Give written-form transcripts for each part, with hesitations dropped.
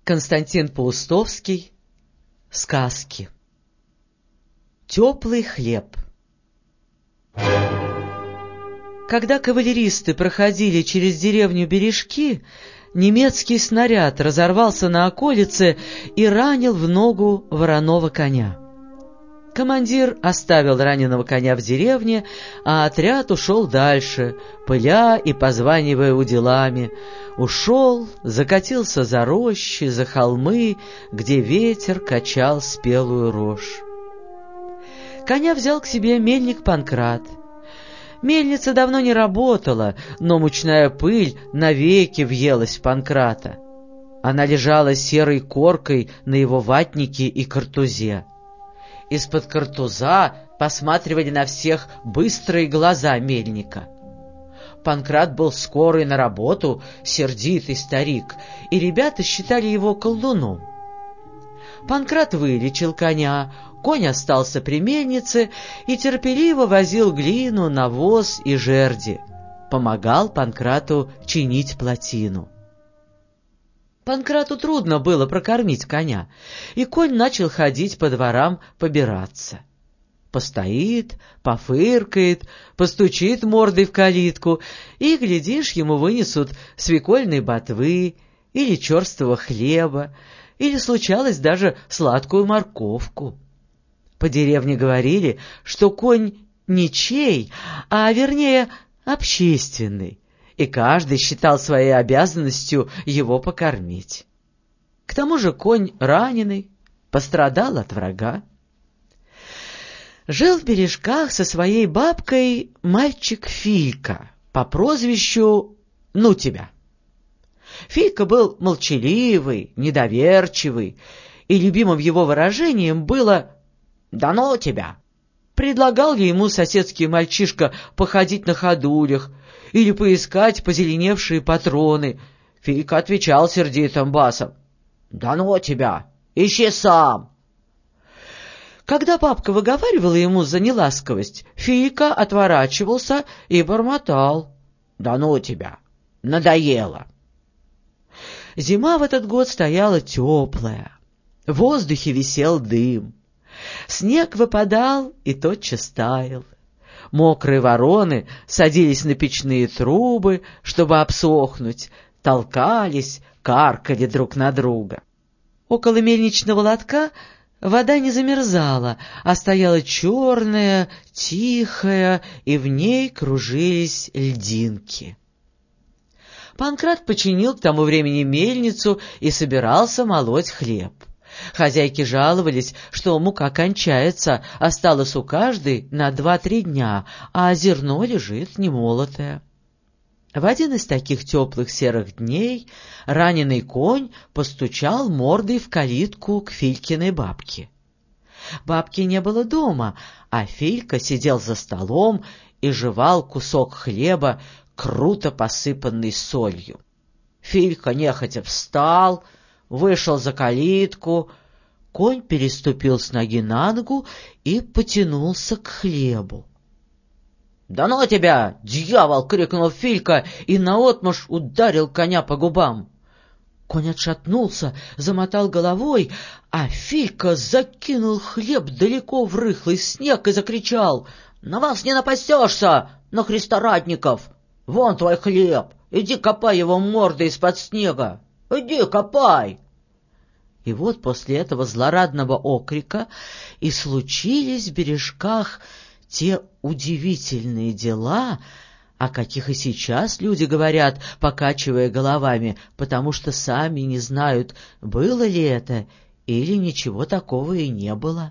Константин Паустовский. Сказки. Теплый хлеб. Когда кавалеристы проходили через деревню Бережки, немецкий снаряд разорвался на околице и ранил в ногу вороного коня. Командир оставил раненого коня в деревне, а отряд ушел дальше, пыля и позванивая уделами. Ушел, закатился за рощи, за холмы, где ветер качал спелую рожь. Коня взял к себе мельник Панкрат. Мельница давно не работала, но мучная пыль навеки въелась в Панкрата. Она лежала серой коркой на его ватнике и картузе. Из-под картуза посматривали на всех быстрые глаза мельника. Панкрат был скорый на работу, сердитый старик, и ребята считали его колдуном. Панкрат вылечил коня, конь остался при мельнице и терпеливо возил глину, навоз и жерди. Помогал Панкрату чинить плотину. Панкрату трудно было прокормить коня, и конь начал ходить по дворам побираться. Постоит, пофыркает, постучит мордой в калитку, и, глядишь, ему вынесут свекольной ботвы или черствого хлеба, или, случалось, даже сладкую морковку. По деревне говорили, что конь ничей, а вернее общественный, и каждый считал своей обязанностью его покормить. К тому же конь раненый, пострадал от врага. Жил в Бережках со своей бабкой мальчик Филька по прозвищу «Ну тебя». Филька был молчаливый, недоверчивый, и любимым его выражением было «Да ну тебя!». Предлагал ли ему соседский мальчишка походить на ходулях или поискать позеленевшие патроны, Филька отвечал сердитым басом: «Да ну тебя! Ищи сам!». Когда бабка выговаривала ему за неласковость, Филька отворачивался и бормотал: «Да ну тебя! Надоело!». Зима в этот год стояла теплая, в воздухе висел дым. Снег выпадал и тотчас таял. Мокрые вороны садились на печные трубы, чтобы обсохнуть, толкались, каркали друг на друга. Около мельничного лотка вода не замерзала, а стояла черная, тихая, и в ней кружились льдинки. Панкрат починил к тому времени мельницу и собирался молоть хлеб. Хозяйки жаловались, что мука кончается, осталось у каждой на 2-3 дня, а зерно лежит немолотое. В один из таких теплых серых дней раненый конь постучал мордой в калитку к Филькиной бабке. Бабки не было дома, а Филька сидел за столом и жевал кусок хлеба, круто посыпанный солью. Филька нехотя встал, вышел за калитку, конь переступил с ноги на ногу и потянулся к хлебу. «Да ну тебя, дьявол!» — крикнул Филька и наотмашь ударил коня по губам. Конь отшатнулся, замотал головой, а Филька закинул хлеб далеко в рыхлый снег и закричал: «На вас не напасешься, на христорадников! Вон твой хлеб, иди копай его мордой из-под снега! Иди копай!». И вот после этого злорадного окрика и случились в Бережках те удивительные дела, о каких и сейчас люди говорят, покачивая головами, потому что сами не знают, было ли это или ничего такого и не было.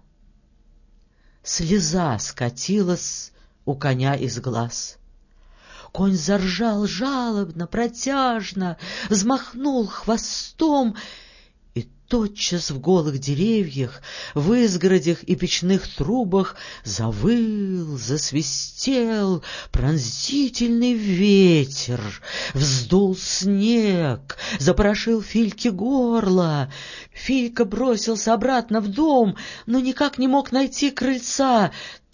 Слеза скатилась у коня из глаз. Конь заржал жалобно, протяжно, взмахнул хвостом, и тотчас в голых деревьях, в изгородях и печных трубах завыл, засвистел пронзительный ветер, вздул снег, запорошил Фильке горло. Филька бросился обратно в дом, но никак не мог найти крыльца.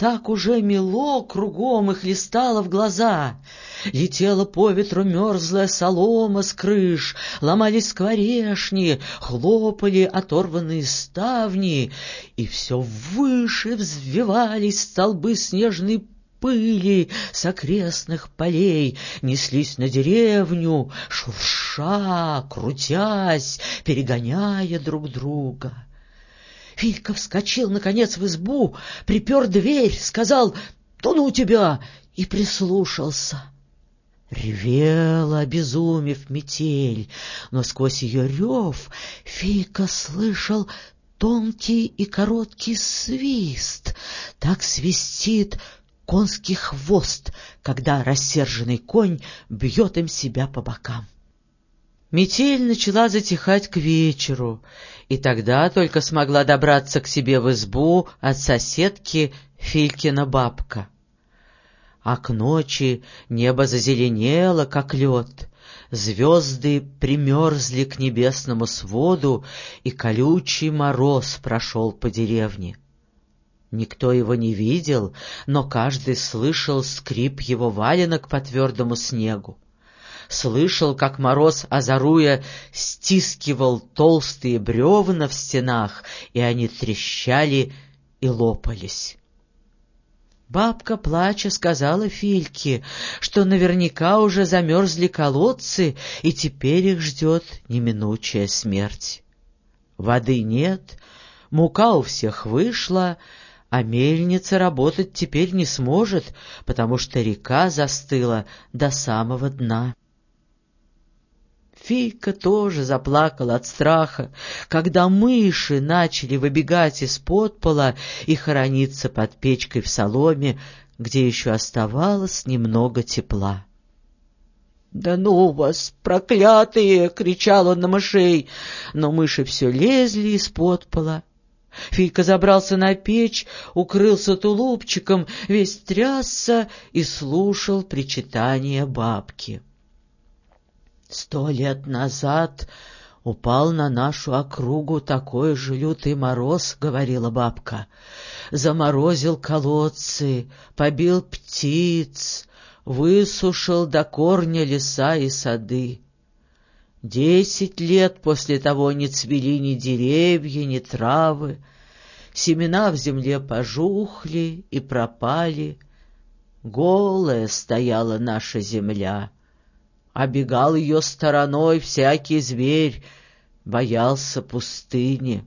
так уже мело кругом и хлестало в глаза. Летела по ветру мерзлая солома с крыш, ломались скворечни, хлопали оторванные ставни, и все выше взвивались столбы снежной пыли с окрестных полей, неслись на деревню, шурша, крутясь, перегоняя друг друга. Филька вскочил, наконец, в избу, припер дверь, сказал: «Да ну тебя!» и прислушался. Ревела, обезумев, метель, но сквозь ее рев Филька слышал тонкий и короткий свист. Так свистит конский хвост, когда рассерженный конь бьет им себя по бокам. Метель начала затихать к вечеру, и тогда только смогла добраться к себе в избу от соседки Филькина бабка. А к ночи небо зазеленело, как лед, звезды примерзли к небесному своду, и колючий мороз прошел по деревне. Никто его не видел, но каждый слышал скрип его валенок по твердому снегу. Слышал, как мороз, озаруя, стискивал толстые бревна в стенах, и они трещали и лопались. Бабка, плача, сказала Фильке, что наверняка уже замерзли колодцы, и теперь их ждет неминучая смерть. Воды нет, мука у всех вышла, а мельница работать теперь не сможет, потому что река застыла до самого дна. Филька тоже заплакала от страха, когда мыши начали выбегать из-под пола и хорониться под печкой в соломе, где еще оставалось немного тепла. «Да ну вас, проклятые!» — кричал он на мышей, но мыши все лезли из-под пола. Филька забрался на печь, укрылся тулупчиком, весь трясся и слушал причитания бабки. 100 лет назад упал на нашу округу такой же лютый мороз, — говорила бабка. Заморозил колодцы, побил птиц, высушил до корня леса и сады. 10 лет после того не цвели ни деревья, ни травы, семена в земле пожухли и пропали. Голая стояла наша земля. Обегал ее стороной всякий зверь, боялся пустыни.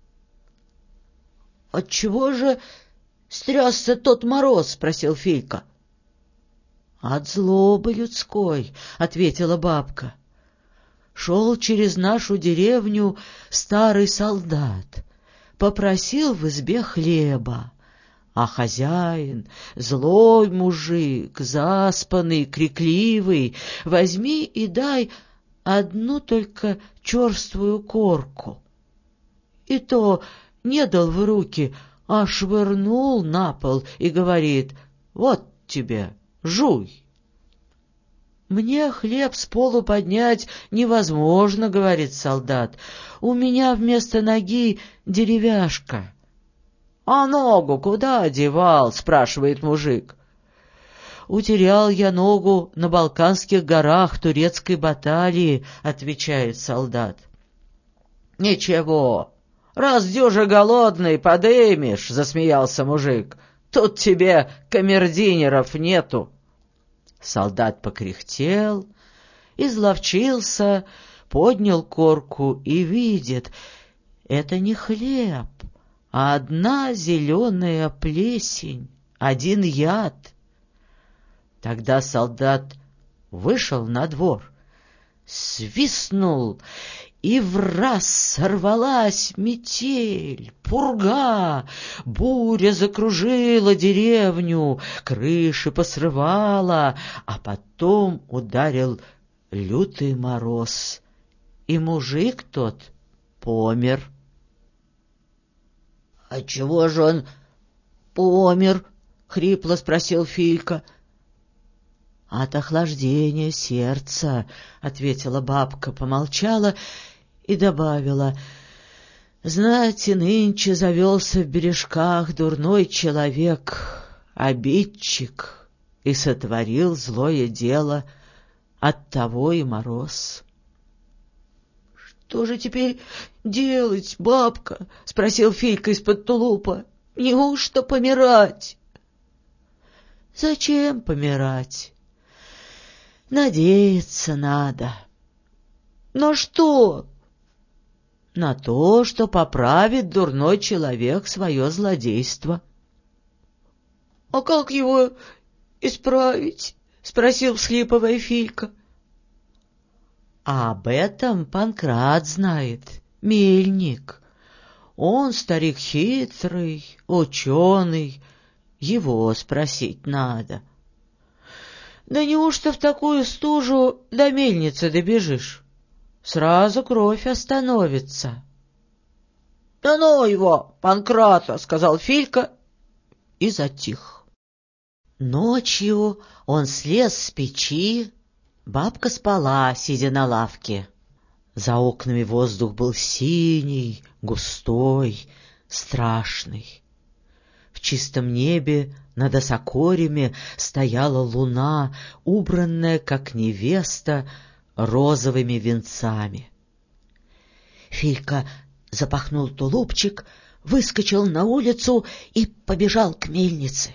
— Отчего же стрясся тот мороз? — спросил Филька. — От злобы людской, — ответила бабка. Шел через нашу деревню старый солдат, попросил в избе хлеба. А хозяин, злой мужик, заспанный, крикливый, возьми и дай одну только черствую корку. И то не дал в руки, а швырнул на пол и говорит: «Вот тебе, жуй». «Мне хлеб с полу поднять невозможно, — говорит солдат, — у меня вместо ноги деревяшка». «А ногу куда девал?» — спрашивает мужик. «Утерял я ногу на Балканских горах турецкой баталии», — отвечает солдат. «Ничего, раз дюже голодный, подымешь», — засмеялся мужик. «Тут тебе камердинеров нету». Солдат покряхтел, изловчился, поднял корку и видит — это не хлеб, а одна зеленая плесень, один яд. Тогда солдат вышел на двор, свистнул, и враз сорвалась метель, пурга, буря закружила деревню, крыши посрывала, а потом ударил лютый мороз, и мужик тот помер. — А чего же он помер? — хрипло спросил Филька. — От охлаждения сердца, — ответила бабка, помолчала и добавила: — знаете, нынче завелся в бережках дурной человек. обидчик и сотворил злое дело, оттого и мороз. — Что же теперь делать, бабка? — спросил Филька из-под тулупа. — Неужто помирать? — Зачем помирать? Надеяться надо. — На что? — На то, что поправит дурной человек свое злодейство. — А как его исправить? — спросил, всхлипывая, Филька. — А об этом Панкрат знает, мельник. Он старик хитрый, ученый, его спросить надо. — Да неужто в такую стужу до мельницы добежишь? Сразу кровь остановится. — Да ну его, Панкрата, — сказал Филька и затих. Ночью он слез с печи, бабка спала, сидя на лавке. За окнами воздух был синий, густой, страшный. В чистом небе над осокорями стояла луна, убранная, как невеста, розовыми венцами. Филька запахнул тулупчик, выскочил на улицу и побежал к мельнице.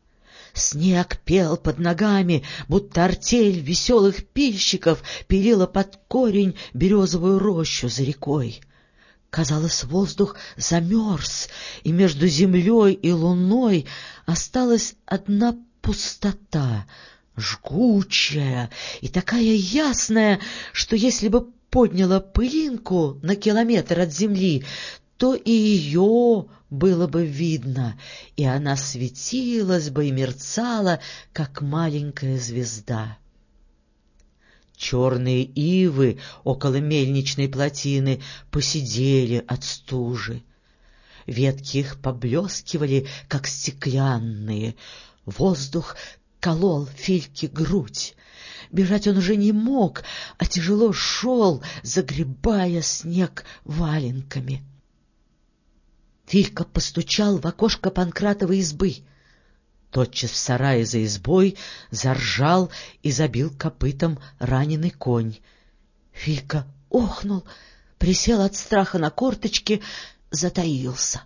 Снег пел под ногами, будто артель веселых пильщиков пилила под корень березовую рощу за рекой. Казалось, воздух замерз, и между землей и луной осталась одна пустота, жгучая и такая ясная, что если бы подняла пылинку на километр от земли, то и ее было бы видно, и она светилась бы и мерцала, как маленькая звезда. Черные ивы около мельничной плотины поседели от стужи. Ветки их поблескивали, как стеклянные. Воздух колол Фильке грудь. Бежать он уже не мог, а тяжело шел, загребая снег валенками. Филька постучал в окошко Панкратовой избы. Тотчас в сарае за избой заржал и забил копытом раненый конь. Филька охнул, присел от страха на корточки, затаился.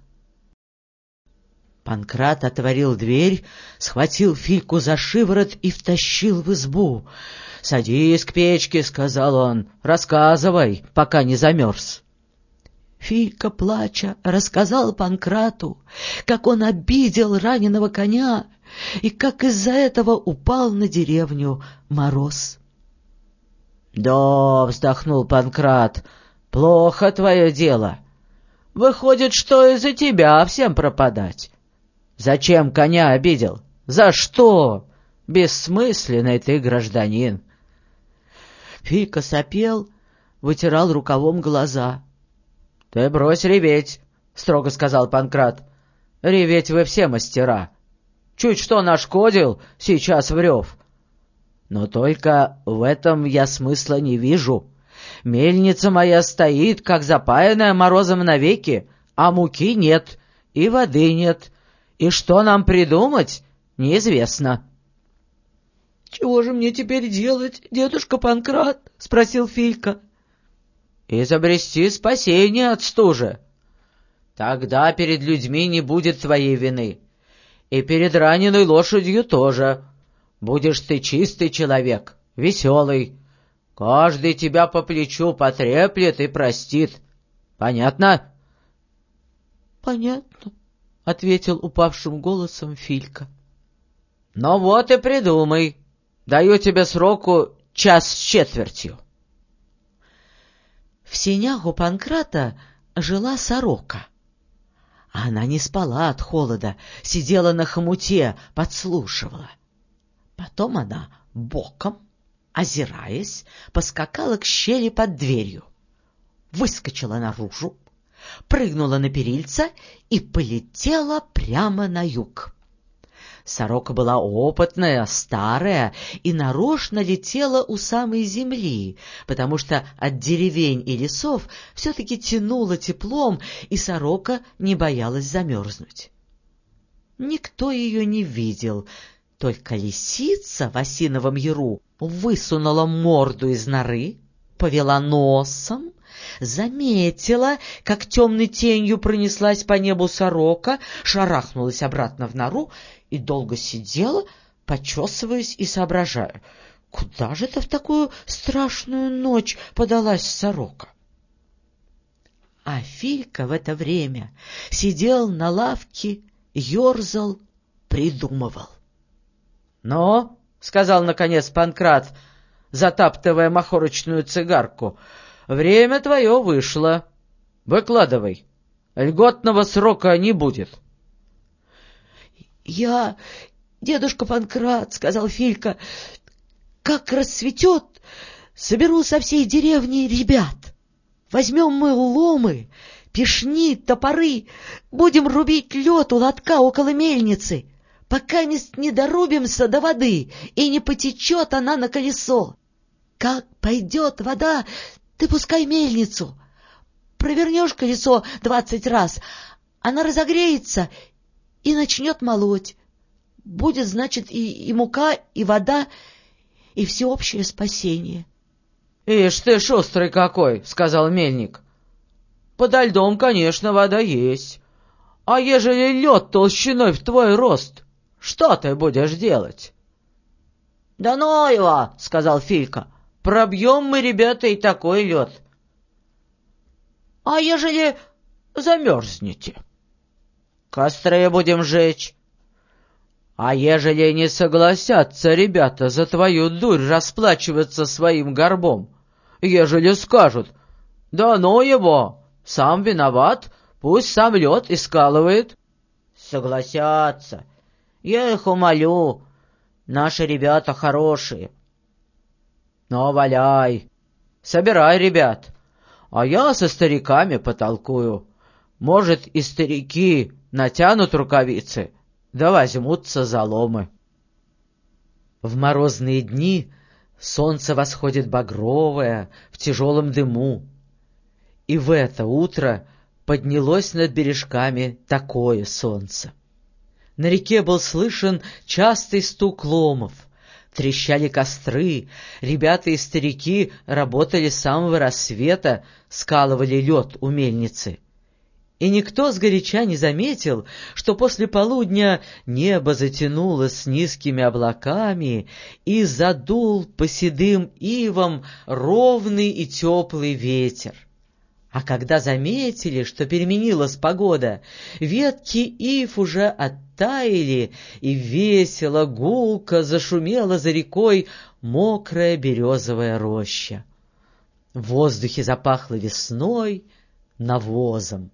Панкрат отворил дверь, схватил Фильку за шиворот и втащил в избу. — Садись к печке, — сказал он, — рассказывай, пока не замерз. Филька, плача, рассказал Панкрату, как он обидел раненого коня и как из-за этого упал на деревню мороз. — Да, — вздохнул Панкрат, — плохо твое дело. Выходит, что из-за тебя всем пропадать. Зачем коня обидел? За что? Бессмысленный ты гражданин. Филька сопел, вытирал рукавом глаза. — Ты брось реветь, — строго сказал Панкрат. — Реветь вы все мастера. Чуть что нашкодил, сейчас врёв. Но только в этом я смысла не вижу. Мельница моя стоит, как запаянная морозом навеки, а муки нет, и воды нет, и что нам придумать, неизвестно. — Чего же мне теперь делать, дедушка Панкрат? — спросил Филька. — Изобрести спасение от стужи. Тогда перед людьми не будет твоей вины. И перед раненой лошадью тоже. Будешь ты чистый человек, веселый. Каждый тебя по плечу потреплет и простит. Понятно? — Понятно, — ответил упавшим голосом Филька. — Ну вот и придумай. Даю тебе сроку 1:15. В сенях у Панкрата жила сорока. Она не спала от холода, сидела на хомуте, подслушивала. Потом она боком, озираясь, поскакала к щели под дверью, выскочила наружу, прыгнула на перильца и полетела прямо на юг. Сорока была опытная, старая и нарочно летела у самой земли, потому что от деревень и лесов все-таки тянуло теплом, и сорока не боялась замерзнуть. Никто ее не видел, только лисица в осиновом яру высунула морду из норы, повела носом, заметила, как темной тенью пронеслась по небу сорока, шарахнулась обратно в нору и долго сидела, почесываясь и соображая, куда же это в такую страшную ночь подалась сорока. А Филька в это время сидел на лавке, ерзал, придумывал. — Ну, — сказал наконец Панкрат, затаптывая махорочную цигарку, — время твое вышло. Выкладывай. Льготного срока не будет. — Я, дедушка Панкрат, — сказал Филька, — как расцветет, соберу со всей деревни ребят. Возьмем мы ломы, пешни, топоры, будем рубить лед у лотка около мельницы, пока не дорубимся до воды и не потечет она на колесо. Как пойдет вода, ты пускай мельницу. Провернешь колесо 20 раз, она разогреется и начнет молоть. Будет, значит, и мука, и вода, и всеобщее спасение. — Ишь ты шустрый какой, — сказал мельник. — Подо льдом, конечно, вода есть. А ежели лед толщиной в твой рост, что ты будешь делать? — Да ну его, — сказал Филька. — Пробьем мы, ребята, и такой лед. — А ежели замерзнете? — Костры будем жечь. А ежели не согласятся ребята за твою дурь расплачиваться своим горбом, ежели скажут: «Да ну его, сам виноват, пусть сам лед и скалывает». Согласятся. Я их умолю. Наши ребята хорошие. Ну, валяй, собирай ребят, а я со стариками потолкую. Может, и старики натянут рукавицы, да возьмутся за ломы. В морозные дни солнце восходит багровое, в тяжелом дыму. И в это утро поднялось над бережками такое солнце. На реке был слышен частый стук ломов, трещали костры, ребята и старики работали с самого рассвета, скалывали лед у мельницы. И никто сгоряча не заметил, что после полудня небо затянулось низкими облаками и задул по седым ивам ровный и теплый ветер. А когда заметили, что переменилась погода, ветки ив уже оттаяли, и весело, гулко зашумела за рекой мокрая березовая роща. В воздухе запахло весной, навозом.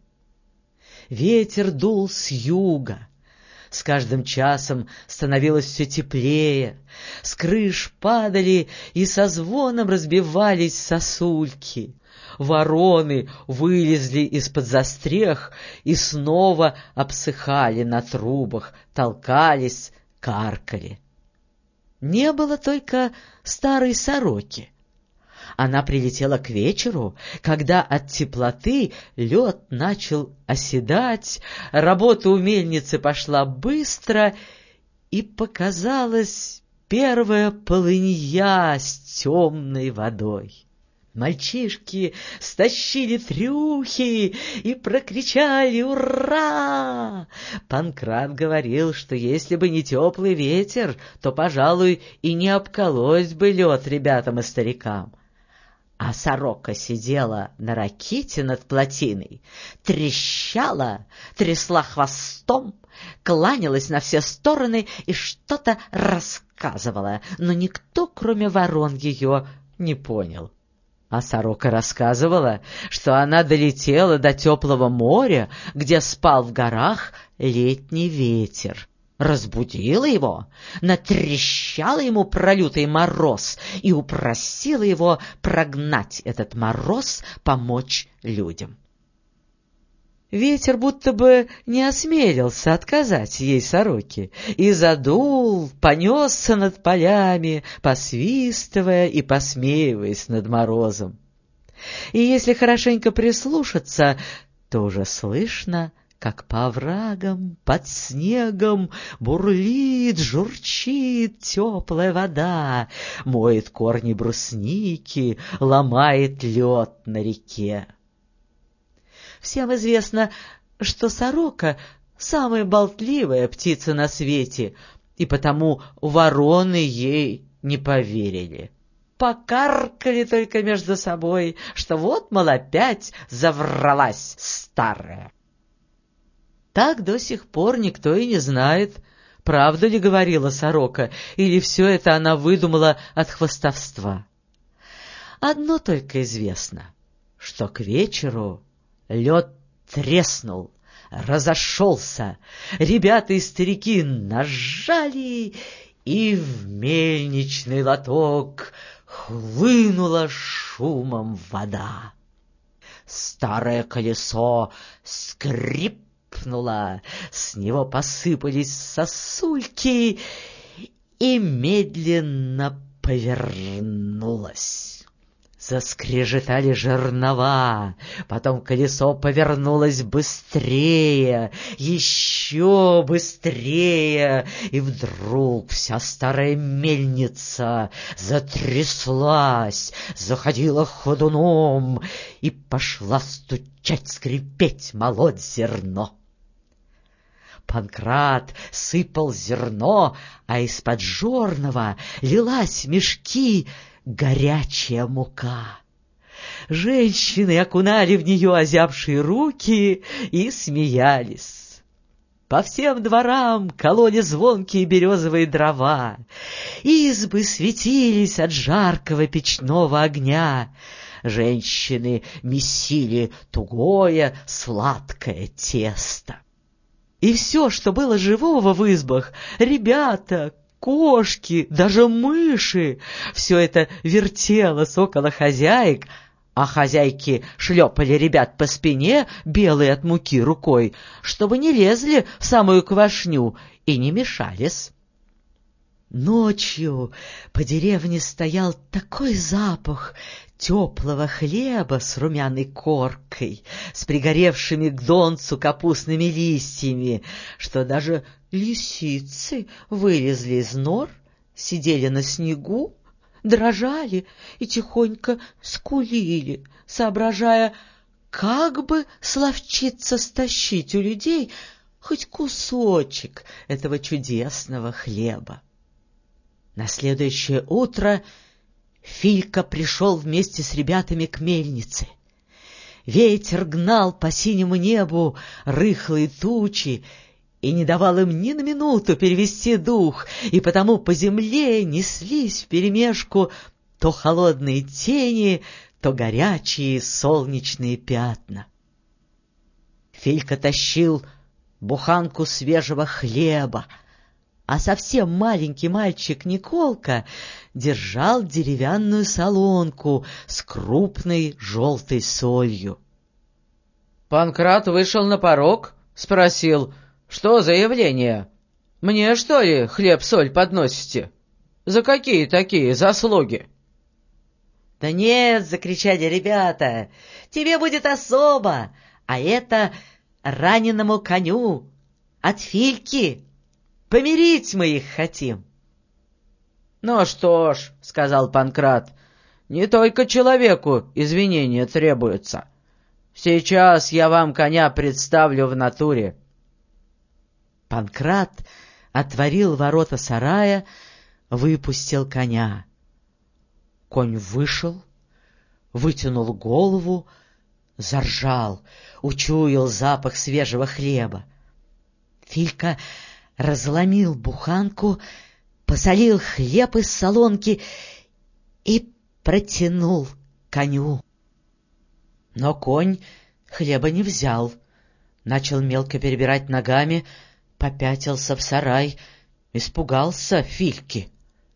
Ветер дул с юга. С каждым часом становилось все теплее. С крыш падали и со звоном разбивались сосульки. Вороны вылезли из-под застрех и снова обсыхали на трубах, толкались, каркали. Не было только старой сороки. Она прилетела к вечеру, когда от теплоты лед начал оседать, работа у мельницы пошла быстро, и показалась первая полынья с темной водой. Мальчишки стащили трюхи и прокричали «Ура!». Панкрат говорил, что если бы не теплый ветер, то, пожалуй, и не обколоть бы лед ребятам и старикам. А сорока сидела на раките над плотиной, трещала, трясла хвостом, кланялась на все стороны и что-то рассказывала, но никто, кроме ворон, ее не понял. А сорока рассказывала, что она долетела до теплого моря, где спал в горах летний ветер. Разбудила его, натрещала ему про лютый мороз и упросила его прогнать этот мороз, помочь людям. Ветер будто бы не осмелился отказать ей сороке и задул, понесся над полями, посвистывая и посмеиваясь над морозом. И если хорошенько прислушаться, то уже слышно, как по оврагам под снегом бурлит, журчит теплая вода, моет корни брусники, ломает лед на реке. Всем известно, что сорока — самая болтливая птица на свете, и потому вороны ей не поверили. Покаркали только между собой, что вот, мол, опять завралась старая. Так до сих пор никто и не знает, правду ли говорила сорока, или все это она выдумала от хвастовства. Одно только известно, что к вечеру лед треснул, разошелся, ребята и старики нажали, и в мельничный лоток хлынула шумом вода. Старое колесо скрипнуло, с него посыпались сосульки и медленно повернулось. Заскрежетали жернова, потом колесо повернулось быстрее, еще быстрее, и вдруг вся старая мельница затряслась, заходила ходуном и пошла стучать, скрипеть, молоть зерно. Панкрат сыпал зерно, а из-под жорного лилась в мешки горячая мука. Женщины окунали в нее озябшие руки и смеялись. По всем дворам кололи звонкие березовые дрова, избы светились от жаркого печного огня. Женщины месили тугое сладкое тесто. И все, что было живого в избах, ребята, кошки, даже мыши, все это вертелось около хозяек, а хозяйки шлепали ребят по спине, белой от муки рукой, чтобы не лезли в самую квашню и не мешались. Ночью по деревне стоял такой запах теплого хлеба с румяной коркой, с пригоревшими к донцу капустными листьями, что даже лисицы вылезли из нор, сидели на снегу, дрожали и тихонько скулили, соображая, как бы словчиться стащить у людей хоть кусочек этого чудесного хлеба. На следующее утро Филька пришел вместе с ребятами к мельнице. Ветер гнал по синему небу рыхлые тучи и не давал им ни на минуту перевести дух, и потому по земле неслись вперемешку то холодные тени, то горячие солнечные пятна. Филька тащил буханку свежего хлеба, а совсем маленький мальчик Николка держал деревянную солонку с крупной желтой солью. Панкрат вышел на порог, спросил: «Что за явление? Мне, что ли, хлеб-соль подносите? За какие такие заслуги?» «Да нет!» — закричали ребята. «Тебе будет особо, а это раненому коню от Фильки. Помирить мы их хотим». «Ну что ж», — сказал Панкрат, — «не только человеку извинения требуются. Сейчас я вам коня представлю в натуре». Панкрат отворил ворота сарая, выпустил коня. Конь вышел, вытянул голову, заржал, учуял запах свежего хлеба. Филька разломил буханку, посолил хлеб из солонки и протянул коню. Но конь хлеба не взял, начал мелко перебирать ногами, попятился в сарай, испугался Фильки.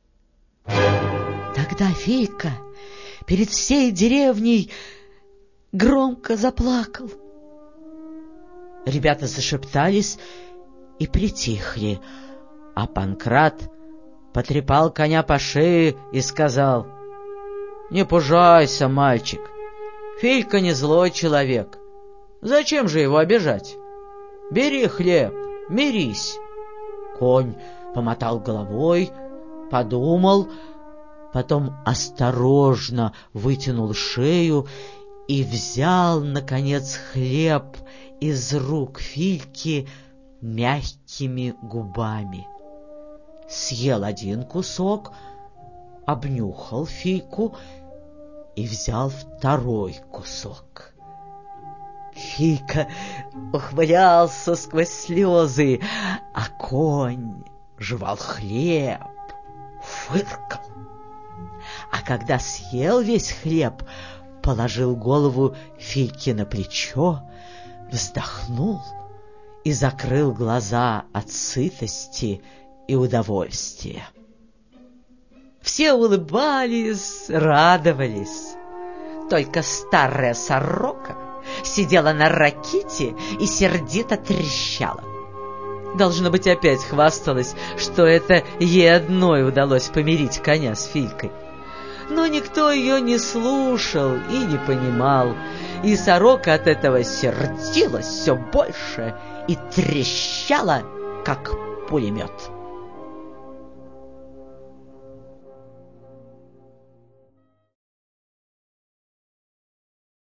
Тогда Филька перед всей деревней громко заплакал. Ребята зашептались и притихли, а Панкрат потрепал коня по шее и сказал: «Не пужайся, мальчик, Филька не злой человек. Зачем же его обижать? Бери хлеб, мирись. Конь помотал головой, подумал, потом осторожно вытянул шею и взял, наконец, хлеб из рук Фильки мягкими губами. Съел один кусок, обнюхал Фильку и взял второй кусок. Филька ухмылялся сквозь слезы, а конь жевал хлеб, фыркал. А когда съел весь хлеб, положил голову Фильке на плечо, вздохнул и закрыл глаза от сытости и удовольствия. Все улыбались, радовались. Только старая сорока сидела на раките и сердито трещала. Должно быть, опять хвасталась, что это ей одной удалось помирить коня с Филькой. Но никто ее не слушал и не понимал, и сорока от этого сердилась все больше и трещала, как пулемет.